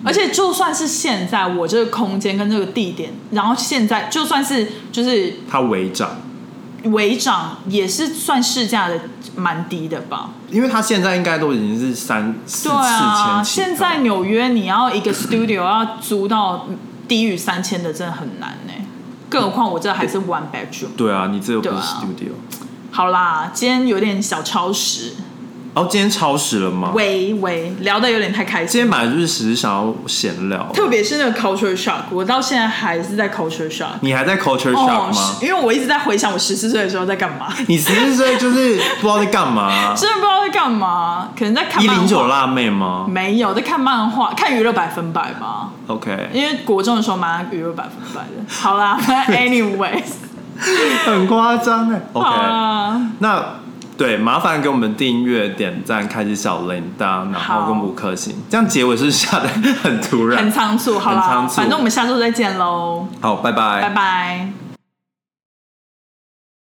而且就算是现在我这个空间跟这个地点，然后现在就算是就是它微涨， 微涨也是算市价的蛮低的吧？ 因为它现在应该都已经是三四对啊， 四千。 现在纽约你要一个 studio 要租到低于三千的，真的很难呢、欸。更何况我这还是 one bedroom。 对啊，你这又不是啊 studio。 好啦，今天有点小超时。 哦，今天超时了吗？ 喂喂，聊得有点太开心。 今天本来就是只是想要闲聊， 特别是那个 culture shock， 我到现在还是在 culture shock。 你还在 culture shock 吗？ 哦、因为我一直在回想我十四岁的时候在干嘛。 你十四岁就是不知道在干嘛， 真的不知道在干嘛，可能在看一漫画。 零九辣妹吗？ 没有，在看漫画，看娱乐百分百吧。 OK， 因为国中的时候蛮娱乐百分百的。好啦 ，anyways， 很夸张哎。OK， 啊那。对，麻烦给我们订阅、点赞、开启小铃铛，然后跟五颗星。这样结尾是下的很突然， 很仓促。好啦， 很仓促。 反正我们下周再见喽。 好，拜拜， 拜拜。